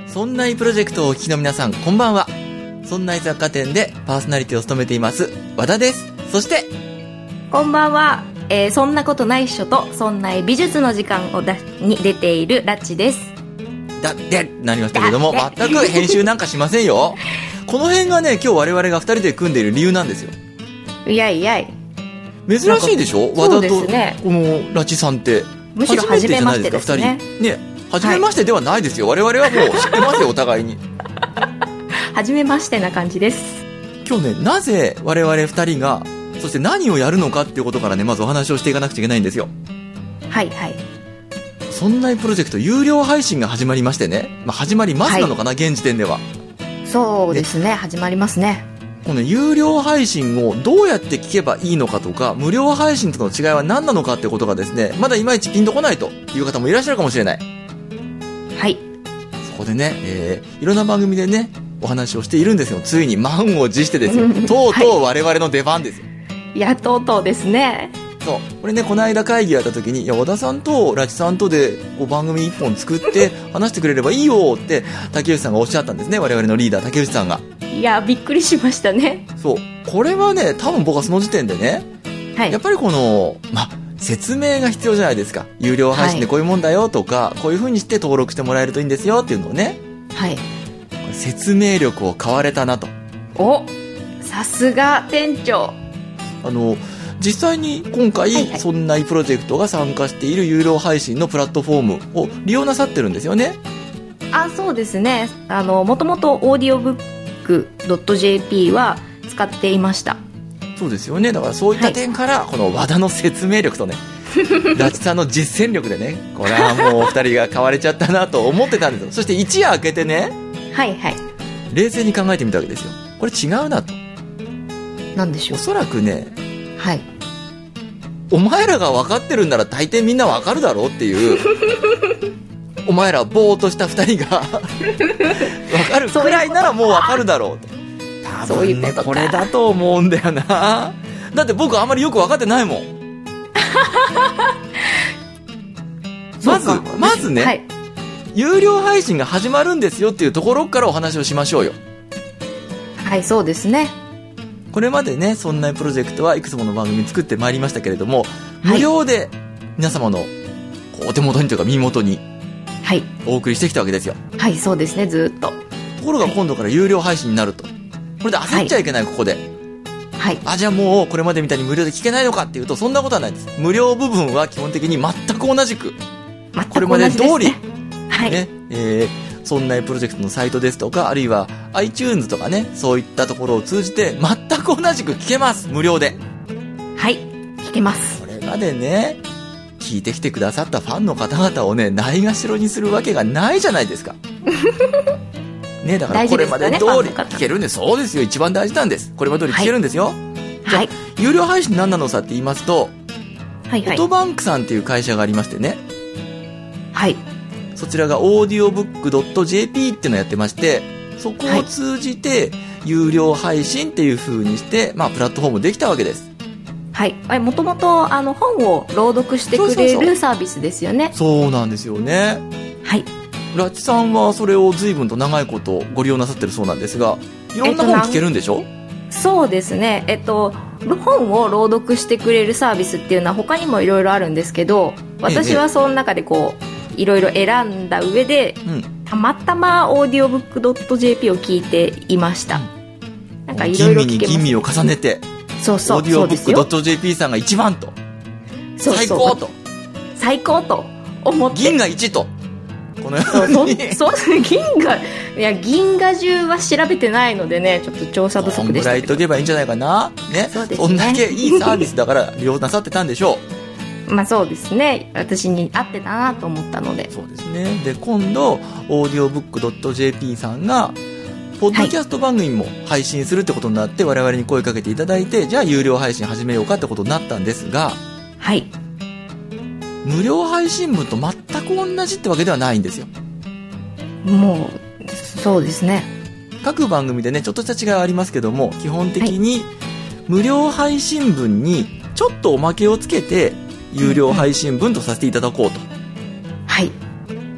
そんないプロジェクトをお聞きの皆さん、こんばんは。そんない雑貨店でパーソナリティを務めています和田です。そしてこんばんは、そんなことないっしょとそんない美術の時間に出ているラッチです。 だってなりましたけども、全く編集なんかしませんよ。この辺がね、今日我々が2人で組んでいる理由なんですよ。 いやいやい、 珍しいでしょ、和田とこのラチさんって。 むしろ初めましてですね。 2人ね、初めましてではないですよ、はい、我々はもう知ってますよお互いに。 初めましてな感じです。 今日ね、なぜ我々2人がそして何をやるのかっていうことからね、まずお話をしていかなくちゃいけないんですよ。はいはい。そんなプロジェクト有料配信が始まりましてね、始まりますなのかな、はい、現時点では。 そうですね、始まりますね。 この有料配信をどうやって聞けばいいのかとか、無料配信との違いは何なのかってことがですね、まだいまいちピンとこないという方もいらっしゃるかもしれない。はい。そこでね、いろんな番組でねお話をしているんですよ。ついに満を持してですよ。とうとう我々の出番ですよ。 はい、いや、とうとうですね。 そう、これね、この間会議やった時に、いや、和田さんとラチさんとでこう番組一本作って話してくれればいいよって竹内さんがおっしゃったんですね。我々のリーダー竹内さんが。 いや、びっくりしましたね。 そう、これはね、多分僕はその時点でね、はい、やっぱりこの説明が必要じゃないですか。有料配信でこういうもんだよとか、はい、こういう風にして登録してもらえるといいんですよっていうのをね、はい、これ説明力を買われたなと。 お、さすが店長。 実際に今回、はいはい、そんないプロジェクトが参加している有料配信のプラットフォームを利用なさってるんですよね。 あ、そうですね。もともとオーディオブック .jp は使っていました。そうですよね。だからそういった点から、はい、この和田の説明力とねラチさんの実践力でね、これはもう2人が買われちゃったなと思ってたんですよ。そして一夜明けてね、はいはい、冷静に考えてみたわけですよ。これ違うなと。なんでしょう。おそらくね、はい、お前らが分かってるんなら大抵みんな分かるだろうっていうお前らぼーっとした2人が分かるくらいならもう分かるだろうって。多分ね、これだと思うんだよな。だって僕あんまりよく分かってないもん。まずね、はい、有料配信が始まるんですよっていうところからお話をしましょうよ。はい、そうですね。これまでね、そんなプロジェクトはいくつもの番組作ってまいりましたけれども、無料で皆様のお手元にというか耳元にお送りしてきたわけですよ。はい、そうですね、ずっと。ところが今度から有料配信になると、これで焦っちゃいけない、ここで。はい。あ、じゃあもうこれまでみたいに無料で聞けないのかっていうと、そんなことはないです。無料部分は基本的に全く同じく、これまで通り、はいね、そんなプロジェクトのサイトですとか、あるいは iTunes とかね、そういったところを通じて全く同じく聞けます。無料で。はい、聞けます。これまでね、聞いてきてくださったファンの方々をね、ないがしろにするわけがないじゃないですか。ね、だからこれまで通り聞けるんです。そうですよ、一番大事なんです。これまで通り聞けるんですよ。はい、じゃあ、有料配信何なのさって言いますと、はいはい、オトバンクさんっていう会社がありましてね。はい。そちらが audiobook.jp っていうのをやってまして、そこを通じて有料配信っていう風にして、プラットフォームできたわけです。はい。もともと本を朗読してくれるサービスですよね。そうなんですよね。はい。ラチさんはそれを随分と長いことご利用なさってるそうなんですが、いろんな本聞けるんでしょ？そうですね。本を朗読してくれるサービスっていうのは他にもいろいろあるんですけど、私はその中でこういろいろ選んだ上で、たまたまオーディオブック .jp を聞いていました。なんかいろいろ聞けます。吟味を重ねて、そうそう、オーディオブック .jp さんが一番と、そうそう、最高と、最高と思って、銀が1と、このようにそう銀河中は調べてないのでね、ちょっと調査不足でしたけど、こんぐらいとけばいいんじゃないかな、ね、そうですね、そんだけいいサービスだから利用なさってたんでしょう。そうですね、私に合ってたなと思ったので。そうですね。で、今度オーディオブック .jp さんがポッドキャスト番組も配信するってことになって、我々に声かけていただいて、じゃあ有料配信始めようかってことになったんですが、はい、無料配信分と全く同じってわけではないんですよ。もうそうですね、各番組でねちょっとした違いはありますけども、基本的に無料配信分にちょっとおまけをつけて有料配信分とさせていただこうと、はい、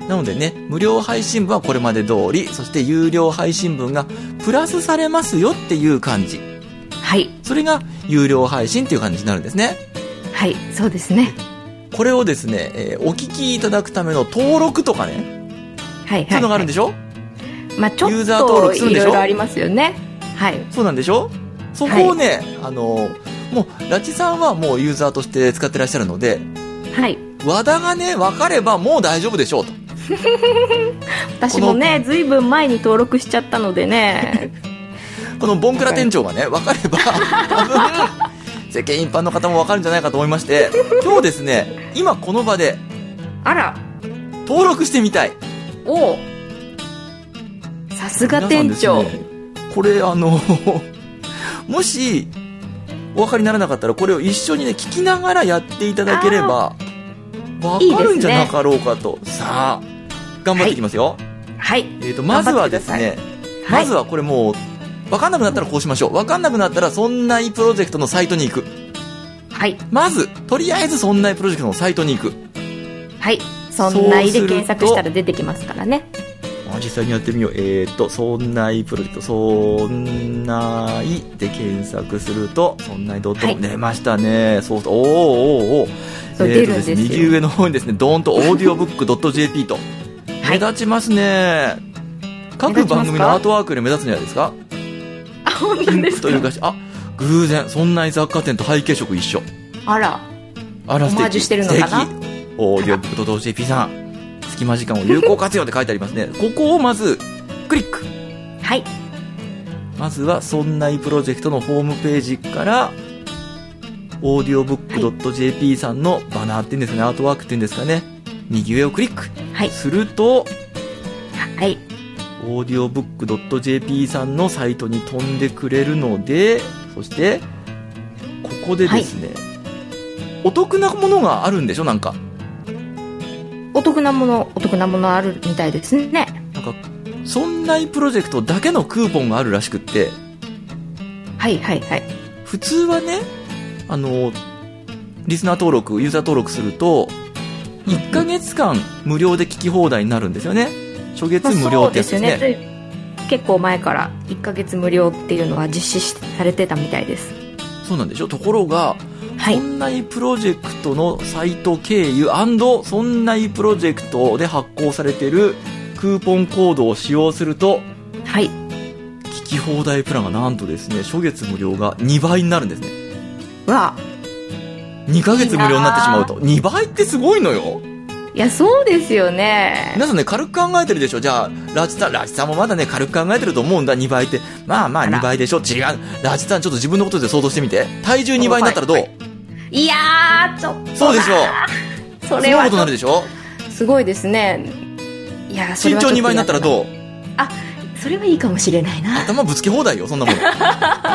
なのでね、無料配信分はこれまで通り、そして有料配信分がプラスされますよっていう感じ。 はい。 それが有料配信っていう感じになるんですね。 はい、そうですね。 これをですね、お聞きいただくための登録とかね、 はいはい、はい、 そういうのがあるんでしょ？ まあちょっとユーザー登録するんでしょ？いろいろありますよね。はい。 そうなんでしょ？そこをね、はい、もうラチさんはもうユーザーとして使ってらっしゃるので、 はい。 和田がね分かればもう大丈夫でしょうと。 私もね、ずいぶん前に登録しちゃったのでね。 このボンクラ店長がね分かれば多分世間一般の方も分かるんじゃないかと思いまして、今日ですね、今この場であら登録してみたい。 おお、さすが店長、ね、 これもしお分かりにならなかったらこれを一緒にね聞きながらやっていただければ分かるんじゃなかろうかと。いいですね、さあ頑張っていきますよ。 はい、 まずはですね、まずはこれもう分かんなくなったらこうしましょう。分かんなくなったらそんないプロジェクトのサイトに行く。 はい。 まずとりあえずそんないプロジェクトのサイトに行く。 はい。そんないで検索したら出てきますからね。 実際にやってみよう。そんないプロジェクト、そんないで検索すると、そんない .com、はい、出ましたね。そう、おー。 出るんですよ。 右上の方にですね、ドーンと audiobook.jp と。目立ちますね。各番組のアートワークより目立つんじゃないですか？ あ、本当ですか？ というか、偶然、そんない雑貨店と背景色一緒。 あら、 オマージュしてるのかな？ オーディオブック.jp さん、隙間時間を有効活用って書いてありますね。ここをまずクリック。 はい。 まずはそんないプロジェクトのホームページからオーディオブック.jp さんのバナーっていうんですかね、アートワークっていうんですかね、右上をクリック、 はい、 すると、 はい、 オーディオブック.jp さんのサイトに飛んでくれるので、そしてここでですね、はい、お得なものがあるんでしょ？なんかお得なものあるみたいですね。 なんかそんないプロジェクトだけのクーポンがあるらしくって、 はいはいはい。 普通はね、リスナー登録、ユーザー登録すると1ヶ月間無料で聞き放題になるんですよね。初月無料ってやつですね。そうですよね。 結構前から1ヶ月無料っていうのは実施されてたみたいです。 そうなんでしょ。ところが、はい、そんないプロジェクトのサイト経由&そんないプロジェクトで発行されているクーポンコードを使用すると、 はい、 聞き放題プランがなんとですね、初月無料が2倍になるんですね。 わあ、 2ヶ月無料になってしまうと2倍ってすごいのよ。 いや、そうですよね。 皆さんね、軽く考えてるでしょ。じゃあラチさんもまだね軽く考えてると思うんだ。2倍ってまあ2倍でしょ。違う、ラチさんちょっと自分のことで想像してみて。体重2倍になったらどう？ いやー、ちょっとそうでしょ。 それはすごいことになるでしょ。 すごいですね。いや、 身長2倍になったらどう？ あ、それはいいかもしれないな。 頭ぶつけ放題よ、そんなもん。ね、だから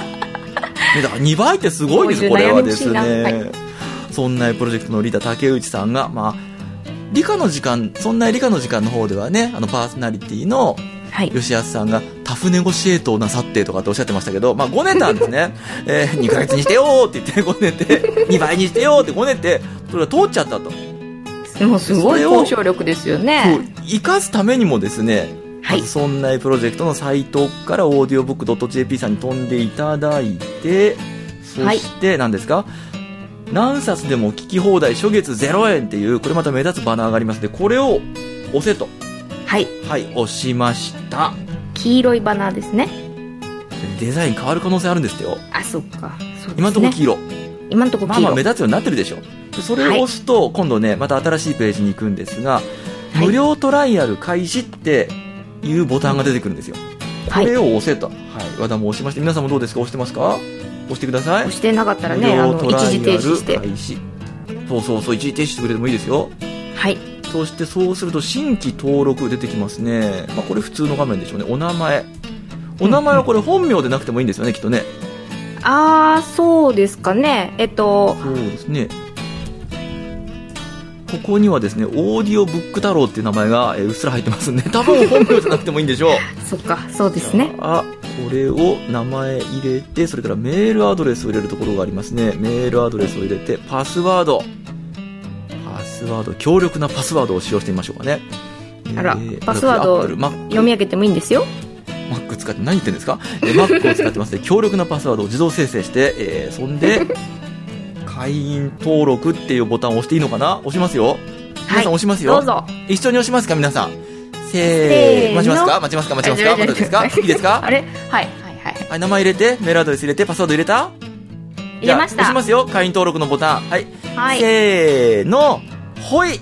2倍ってすごいです。これはですね、はい、そんなプロジェクトのリーダー竹内さんが、理科の時間、そんな理科の時間の方ではね、パーソナリティの吉安さんがタフネゴシエートをなさってとかっておっしゃってましたけど、ごねたんですね。2ヶ月にしてよーって言ってごねて、2倍にしてよーってごねて、それが通っちゃったと。 もうすごい交渉力ですよね。 生かすためにもですね、まずそんないプロジェクトのサイトからオーディオブック.jp さんに飛んでいただいて、そして何ですか、何冊でも聞き放題初月0円っていう、これまた目立つバナーがありますので、これを押せと。 はい、 はい、押しました。 黄色いバナーですね。 デザイン変わる可能性あるんですよ。 あ、そっか、そうですね。 今のところ黄色。 今のところ黄色。 目立つようになってるでしょ。でそれを押すと、今度ね、また新しいページに行くんですが、無料トライアル開始っていうボタンが出てくるんですよ。これを押せと。はい、和田も押しまして、皆さんもどうですか？押してますか？押してください。 押してなかったらね、一時停止して。 そう、一時停止してくれてもいいですよ。 はい。 そしてそうすると新規登録出てきますね。これ普通の画面でしょうね。お名前はこれ本名でなくてもいいんですよね、きっとね。 そうですかね。 そうですね。ここにはですね、オーディオブック太郎っていう名前がうっすら入ってますんで、多分本名じゃなくてもいいんでしょう。 そっか、そうですね。 これを名前入れて、それからメールアドレスを入れるところがありますね。メールアドレスを入れて、パスワード、強力なパスワードを使用してみましょうかね。 あら、パスワード読み上げてもいいんですよ。 Mac 使って何言ってんですか。Mac を使ってますね。強力なパスワードを自動生成して、そんで会員登録っていうボタンを押していいのかな。押しますよ。皆さん押しますよ。 どうぞ。 一緒に押しますか皆さん。せー、待ちますか。まだですか。いいですか。 あれ、はい。 はい、名前入れて、メールアドレス入れて、パスワード入れた。 入れました。 押しますよ。会員登録のボタン。はい。 はい、 せーの、ほい。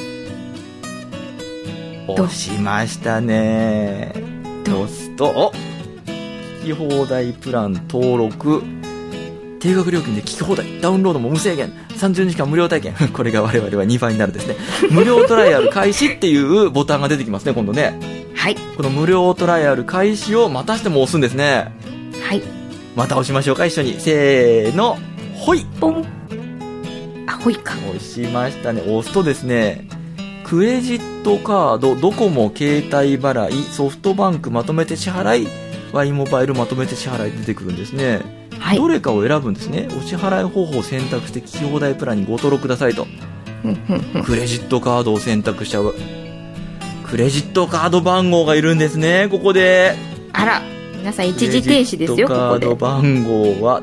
押しましたね。押すと、聞き放題プラン登録。定額料金で聞き放題。ダウンロードも無制限。30日間無料体験。これが我々は2倍になるですね。無料トライアル開始っていうボタンが出てきますね、今度ね。 はい。 この無料トライアル開始をまたしても押すんですね。 はい。 また押しましょうか、一緒に。せーの、ほい。 ポン。あ、ほいか。 押しましたね。押すとですね、クレジットカード、ドコモ携帯払い、ソフトバンクまとめて支払い、Y モバイルまとめて支払い出てくるんですね。はい、どれかを選ぶんですね。お支払い方法を選択して聞き放題プランにご登録くださいと。クレジットカードを選択しちゃう。クレジットカード番号がいるんですね、ここで。 あら、皆さん一時停止ですよ、ここで。 クレジットカード番号は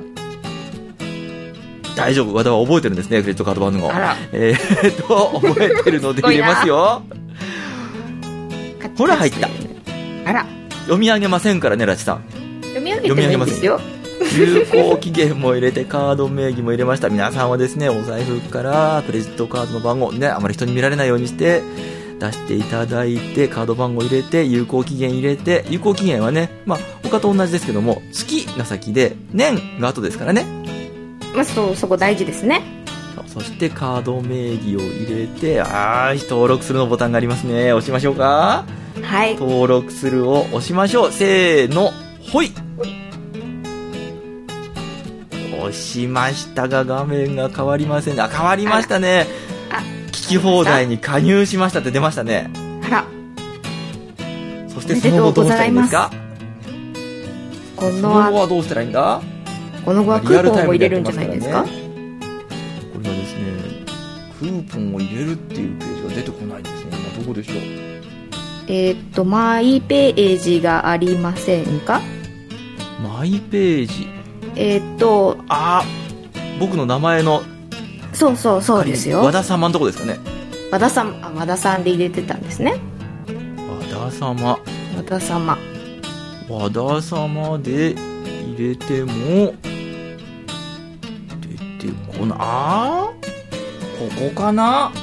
大丈夫、和田は覚えてるんですね、クレジットカード番号。 あら、 覚えてるので入れますよ。ほら入った。 あら、 読み上げませんからね、ラチさん。 読み上げてもいいんですよ。 有効期限も入れて、カード名義も入れました。皆さんはですね、お財布からクレジットカードの番号ね、あまり人に見られないようにして出していただいて、カード番号入れて、有効期限入れて、有効期限はね、他と同じですけども、月が先で年が後ですからね。 そこ大事ですね。 そしてカード名義を入れて、登録するのボタンがありますね。押しましょうか。 はい。 登録するを押しましょう。せーの、ほい。押しましたが画面が変わりませんね。変わりましたね。聞き放題に加入しましたって出ましたね。 あら。 そしてその後どうしたらいいんですか。 その後はどうしたらいいんだ。 この後はクーポンを入れるんじゃないですか。 これはですね、クーポンを入れるっていうページが出てこないんですね。今どこでしょう。 マイページがありませんか。 マイページ。僕の名前の。 そうですよ。 和田様のとこですかね。 和田さんで入れてたんですね。 和田様で入れても出てこない。ここかな。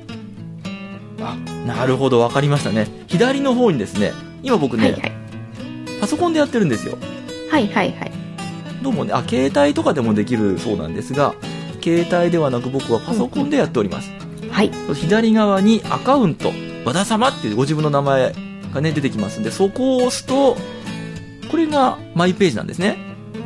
なるほど、分かりましたね。左の方にですね、今僕ね、パソコンでやってるんですよ。どうもね、携帯とかでもできるそうなんですが、携帯ではなく僕はパソコンでやっております。左側にアカウント、和田様っていうご自分の名前がね出てきますんで、そこを押すとこれがマイページなんですね。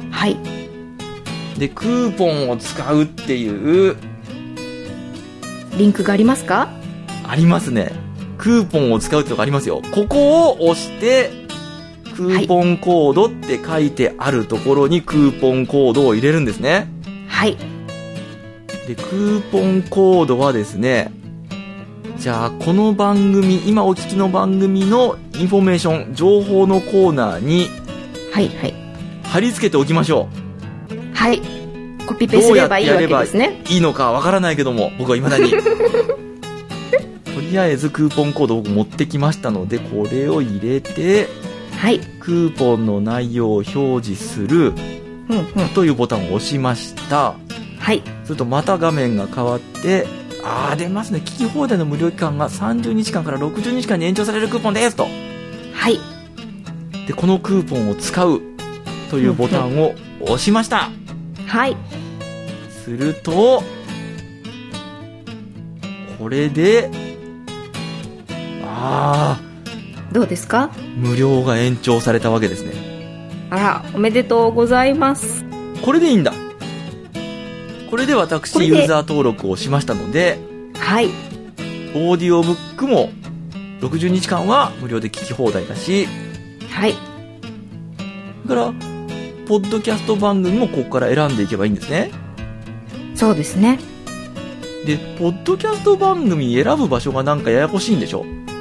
で、クーポンを使うっていうリンクがありますか。 ありますね。クーポンを使うってのがありますよ。ここを押してクーポンコードって書いてあるところにクーポンコードを入れるんですね。で、クーポンコードはですね、じゃあこの番組、今お聞きの番組のインフォメーション、情報のコーナーに貼り付けておきましょう。 コピペすればいいわけですね。 いいのかわからないけども、僕は未だにとりあえずクーポンコードを僕持ってきましたので、これを入れて、クーポンの内容を表示するというボタンを押しました。するとまた画面が変わって、出ますね。聞き放題の無料期間が30日間から60日間に延長されるクーポンですと。で、このクーポンを使うというボタンを押しました。するとこれでどうですか。 無料が延長されたわけですね。 あら、おめでとうございます。 これでいいんだ。これで私ユーザー登録をしましたので、オーディオブックも60日間は無料で聞き放題だし、だからポッドキャスト番組もここから選んでいけばいいんですね。 そうですね。 で、ポッドキャスト番組選ぶ場所がなんかややこしいんでしょ。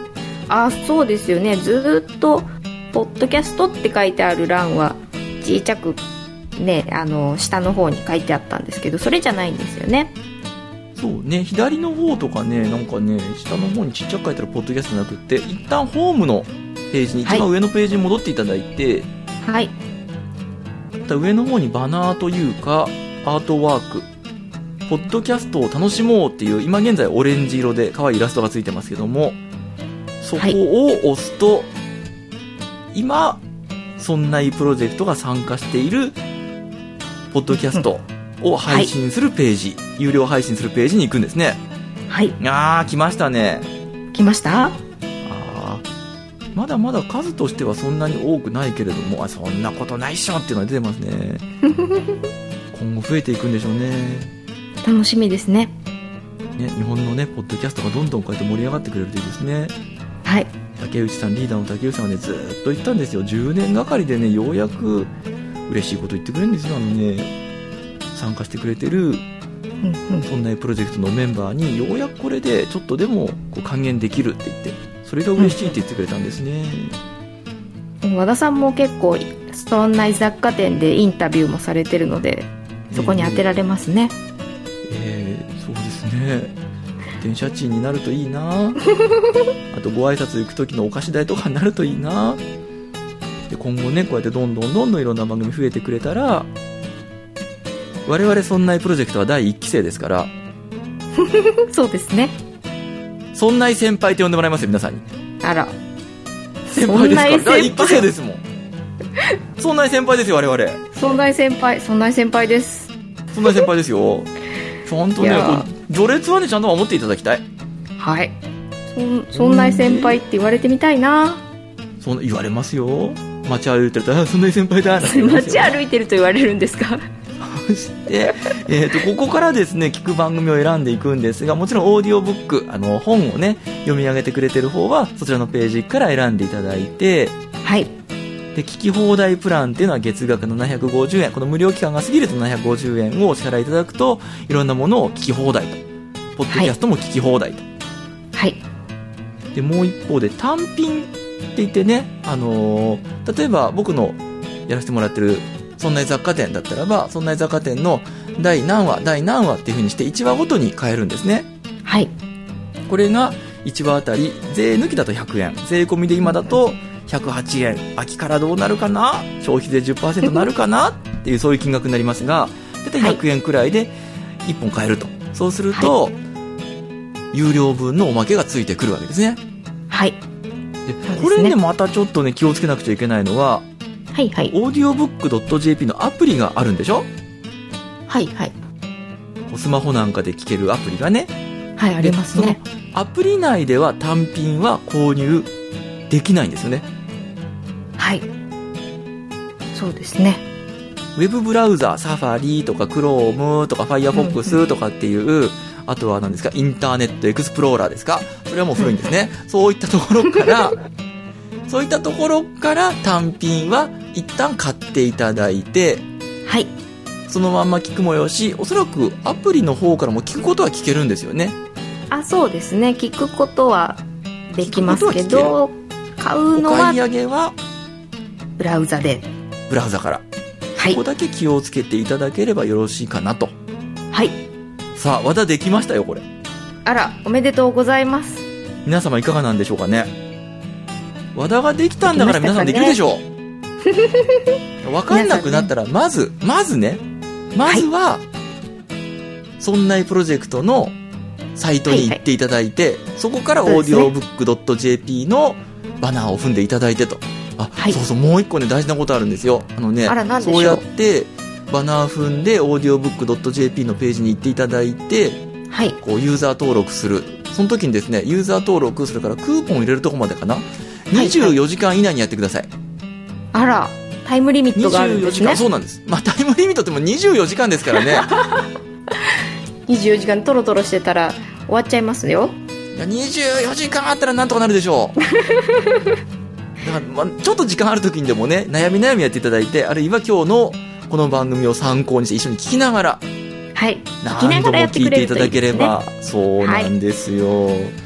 そうですよね。ずっとポッドキャストって書いてある欄は小さくね、下の方に書いてあったんですけど、それじゃないんですよね。 そうね、左の方とかね、なんかね、下の方にちっちゃく書いてあるポッドキャストじゃなくって、一旦ホームのページに、一番上のページに戻っていただいて、 はい。 上の方にバナーというかアートワーク、ポッドキャストを楽しもうっていう、今現在オレンジ色で可愛いイラストがついてますけども、そこを押すと、今そんないプロジェクトが参加しているポッドキャストを配信するページ、有料配信するページに行くんですね。 はい。 来ましたね。 来ました。 まだまだ数としてはそんなに多くないけれども、そんなことないっしょっていうのが出てますね。今後増えていくんでしょうね。 楽しみですね。 日本のねポッドキャストがどんどんこうやって盛り上がってくれるといいですね。 はい。 竹内さん、リーダーの竹内さんはね、ずっと言ったんですよ。10年がかりでね、ようやく嬉しいこと言ってくれるんですよ。参加してくれてる、そんなプロジェクトのメンバーに、ようやくこれでちょっとでもこう還元できるって言って、それが嬉しいって言ってくれたんですね。 和田さんも結構そんな雑貨店でインタビューもされてるので、そこに当てられますね。 そうですね。電車賃になるといいな。あとご挨拶行く時のお菓子代とかになるといいな。で今後ね、こうやってどんどんいろんな番組増えてくれたら、我々そんないプロジェクトは第1期生ですから。 そうですね。 そんない先輩って呼んでもらいますよ、皆さんに。 あら、 先輩ですから。第1期生ですもん。そんない先輩ですよ、我々。 そんない先輩です。 そんない先輩ですよ。ちゃんとね、序列はね、ちゃんと守っていただきたい。 はい。そんない先輩って言われてみたいな。 言われますよ。街歩いてると、そんない先輩だ。 街歩いてると言われるんですか。 そして、ここからですね、聞く番組を選んでいくんですが、もちろんオーディオブック、本をね、読み上げてくれてる方は、そちらのページから選んでいただいて、 はい。 で、聞き放題プランっていうのは月額750円。この無料期間が過ぎると750円をお支払いいただくと、いろんなものを聞き放題と。ポッドキャストも聞き放題と。 はい。 で、もう一方で単品って言ってね、例えば僕のやらせてもらってるそんな雑貨店だったらば、そんな雑貨店の第何話っていう風にして1話ごとに変えるんですね。 はい。 これが1話あたり税抜きだと100円、税込みで今だと108円。秋からどうなるかな、消費税 10% なるかなっていう、そういう金額になりますが、だいたい100円くらいで1本買えると。そうすると、有料分のおまけがついてくるわけですね。 はい。 でこれね、またちょっとね、気をつけなくちゃいけないのは、 はいはい。 audiobook.jp のアプリがあるんでしょ。 はいはい。 スマホなんかで聞けるアプリがね。 はい、ありますね。 そのアプリ内では単品は購入できないんですよね。 はい。そうですね。 ウェブブラウザ、サファリとかクロームとかファイアフォックスとかっていう、あとは何ですか、インターネットエクスプローラーですか。それはもう古いんですね。そういったところから単品は一旦買っていただいて、 はい。 そのまんま聞くもよし、おそらくアプリの方からも聞くことは聞けるんですよね。 そうですね。聞くことはできますけど、買うのはお買い上げはブラウザから。はい。 ここだけ気をつけていただければよろしいかなと。 はい。 さあ、和田できましたよ、これ。 あら、おめでとうございます。 皆様いかがなんでしょうかね。和田ができたんだから皆さんできるでしょう。分かんなくなったら、まずは、そんないプロジェクトのサイトに行っていただいて、そこから audiobook.jp のバナーを踏んでいただいてと。そうそう、もう一個ね、大事なことあるんですよ。そうやってバナー踏んで audiobook.jp のページに行っていただいて、こうユーザー登録する。その時にですね、ユーザー登録、それからクーポンを入れるとこまでかな、24時間以内にやってください。 あら、タイムリミットがあるんですね。 24時間、そうなんです。タイムリミットっても24時間ですからね。 24時間トロトロしてたら終わっちゃいますよ。 いや、24時間あったらなんとかなるでしょう。だからちょっと時間ある時にでもね、悩みやっていただいて、あるいは今日のこの番組を参考にして一緒に聞きながら、 はい、 何度も聞いていただければ、そうなんですよ。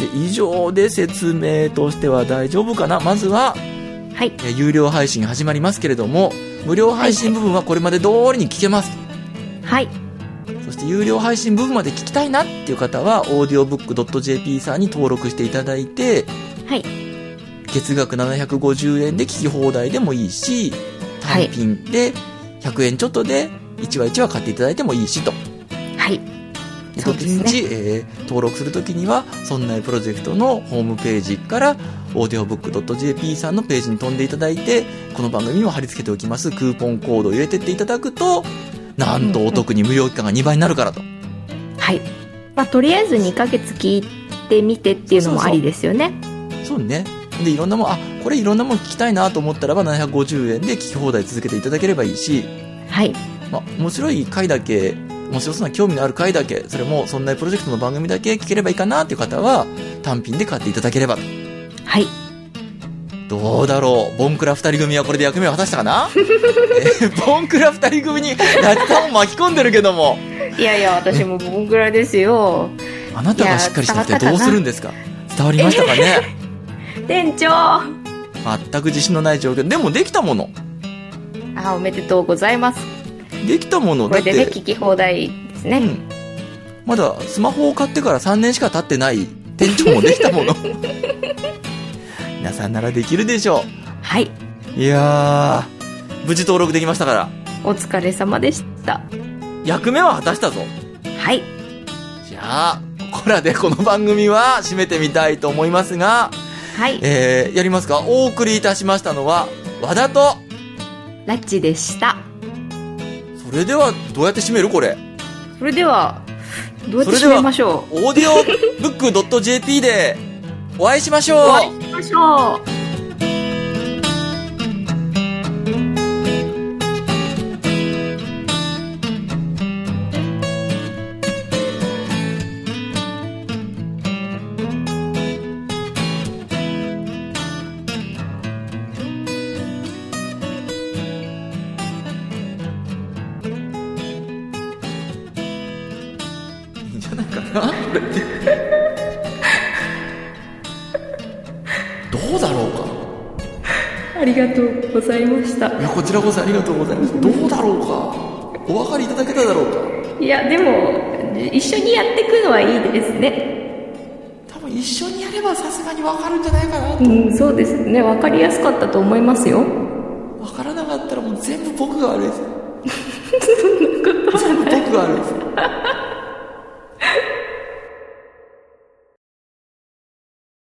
で、以上で説明としては大丈夫かな。まずは、 はい、 有料配信始まりますけれども、無料配信部分はこれまで通りに聞けます。 はい。 そして有料配信部分まで聞きたいなっていう方は audiobook.jp さんに登録していただいて、 はい、 月額750円で聞き放題でもいいし、単品で100円ちょっとで1話1話買っていただいてもいいしと。 はい。 どっちみち、登録するときにはそんなプロジェクトのホームページから audiobook.jp さんのページに飛んでいただいて、この番組にも貼り付けておきますクーポンコードを入れてっていただくと、なんとお得に無料期間が2倍になるからと。 はい。まあ、とりあえず2ヶ月聞いてみてっていうのもありですよね。 そうね。で、いろんなもん、これいろんなもん聞きたいなと思ったらば750円で聞き放題続けていただければいいし、 はい。 まあ、面白い回だけ、面白そうな興味のある回だけ、それもそんなプロジェクトの番組だけ聞ければいいかなっていう方は単品で買っていただければと。 はい。 どうだろう、ボンクラ二人組はこれで役目を果たしたかなボンクラ二人組にラッタを巻き込んでるけども。 いやいや、私もボンクラですよ。 あなたがしっかりしなくてどうするんですか。伝わりましたかね。 店長、 全く自信のない状況でもできたもの。 おめでとうございます。 できたものこれでね、聞き放題ですね、 まだスマホを買ってから3年しか経ってない店長もできたもの。皆さんならできるでしょう。 はい。 いやー、無事登録できましたからお疲れ様でした。 役目は果たしたぞ。 はい。 じゃあここらでこの番組は締めてみたいと思いますが、 はい。 やりますか。お送りいたしましたのは和田とラッチでした。 それではどうやって締めるこれ。 それではどうやって締めましょう。 オーディオブック .jp でお会いしましょう。 お会いしましょう。 どうだろうか。 ありがとうございました。 いや、こちらこそありがとうございます。どうだろうか。お分かりいただけただろうか。 いや、でも一緒にやっていくのはいいですね。 多分一緒にやればさすがに分かるんじゃないかなと。 そうですね。分かりやすかったと思いますよ。 分からなかったらもう全部僕が悪いです。 そんなことはない。 全部僕が悪いです。